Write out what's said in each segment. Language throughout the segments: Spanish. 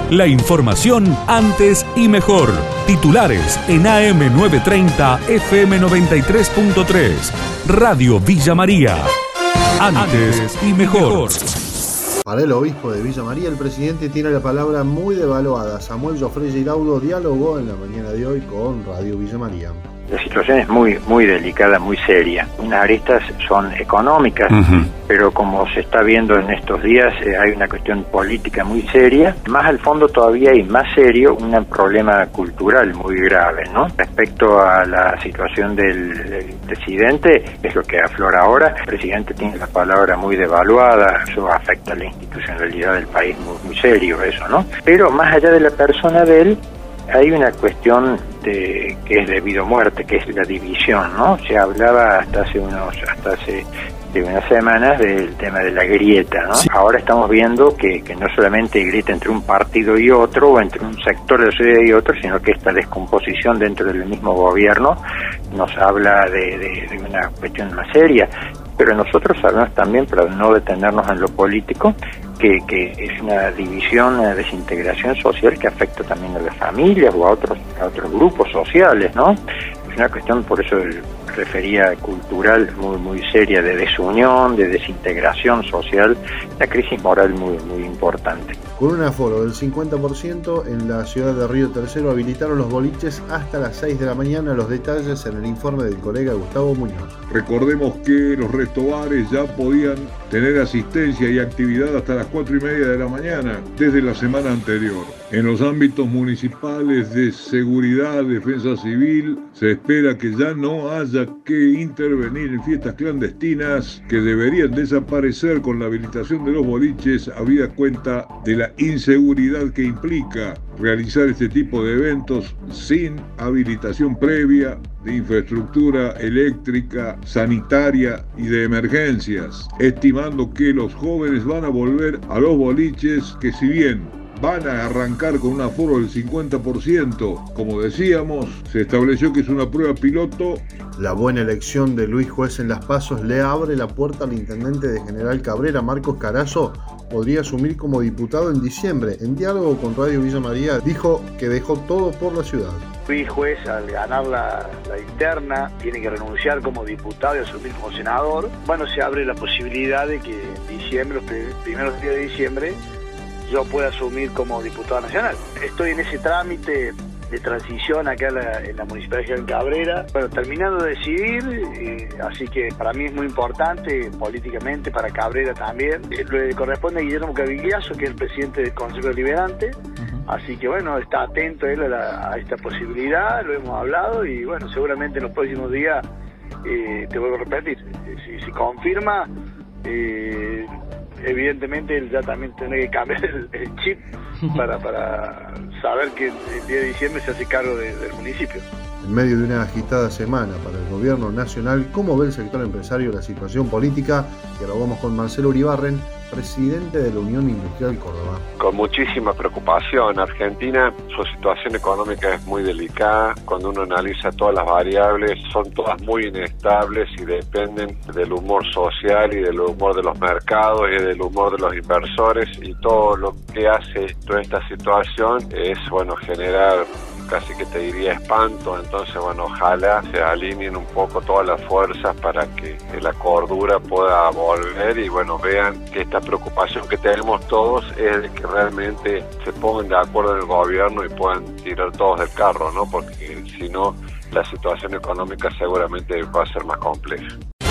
La información antes y mejor. Titulares en AM930 FM 93.3. Radio Villa María. Antes y mejor. Para el obispo de Villa María, el presidente tiene la palabra muy devaluada. Samuel Jofré Giraudo dialogó en la mañana de hoy con Radio Villa María. La situación es muy delicada, muy seria. Unas aristas son económicas, pero como se está viendo en estos días, hay una cuestión política muy seria. Más al fondo todavía y más serio, un problema cultural muy grave, ¿no? Respecto a la situación del presidente, es lo que aflora ahora. El presidente tiene la palabra muy devaluada, eso afecta a la institucionalidad del país muy serio, eso, ¿no? Pero más allá de la persona de él, hay una cuestión que es debido a muerte, que es la división, ¿no? Se hablaba hasta hace unas semanas del tema de la grieta, ¿no? Sí. Ahora estamos viendo que no solamente hay grieta entre un partido y otro, o entre un sector de la sociedad y otro, sino que esta descomposición dentro del mismo gobierno nos habla de una cuestión más seria. Pero nosotros sabemos también, para no detenernos en lo político, que es una división, una desintegración social que afecta también a las familias o a otros grupos sociales, ¿no? Es una cuestión, por eso refería, cultural muy seria, de desunión, de desintegración social, una crisis moral muy importante. Con un aforo del 50% en la ciudad de Río Tercero habilitaron los boliches hasta las 6 de la mañana. Los detalles en el informe del colega Gustavo Muñoz. Recordemos que los restobares ya podían tener asistencia y actividad hasta las 4:30 de la mañana desde la semana anterior. En los ámbitos municipales de seguridad, defensa civil, se espera que ya no haya que intervenir en fiestas clandestinas que deberían desaparecer con la habilitación de los boliches, habida cuenta de la inseguridad que implica realizar este tipo de eventos sin habilitación previa de infraestructura eléctrica, sanitaria y de emergencias, estimando que los jóvenes van a volver a los boliches que, si bien van a arrancar con un aforo del 50%, como decíamos, se estableció que es una prueba piloto. La buena elección de Luis Juez en Las Pasos le abre la puerta al intendente de General Cabrera, Marcos Carazo. Podría asumir como diputado en diciembre. En diálogo con Radio Villa María, dijo que dejó todo por la ciudad. Luis Juez, al ganar la interna, tiene que renunciar como diputado y asumir como senador. Bueno, se abre la posibilidad de que en diciembre, los primeros días de diciembre, yo pueda asumir como diputado nacional. Estoy en ese trámite de transición acá en la Municipalidad de Cabrera. Bueno, terminando de decidir, así que para mí es muy importante, políticamente, para Cabrera también. Le corresponde a Guillermo Cavigliazo, que es el presidente del Consejo Deliberante. Así que bueno, está atento él a esta posibilidad, lo hemos hablado y bueno, seguramente en los próximos días, te vuelvo a repetir, si confirma, evidentemente él ya también tiene que cambiar el chip para saber que el día de diciembre se hace cargo del municipio. En medio de una agitada semana para el gobierno nacional, ¿cómo ve el sector empresario la situación política? Y ahora vamos con Marcelo Uribarren, presidente de la Unión Industrial Córdoba. Con muchísima preocupación. Argentina, su situación económica es muy delicada. Cuando uno analiza todas las variables, son todas muy inestables y dependen del humor social y del humor de los mercados y del humor de los inversores, y todo lo que hace toda esta situación es, bueno, generar casi que te diría espanto. Entonces, bueno, ojalá se alineen un poco todas las fuerzas para que la cordura pueda volver y, bueno, vean que esta preocupación que tenemos todos es de que realmente se pongan de acuerdo en el gobierno y puedan tirar todos del carro, ¿no? Porque si no, la situación económica seguramente va a ser más compleja.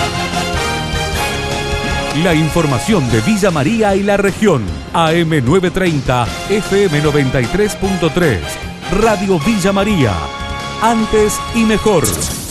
La información de Villa María y la región. AM930 FM 93.3. Radio Villa María. Antes y mejor.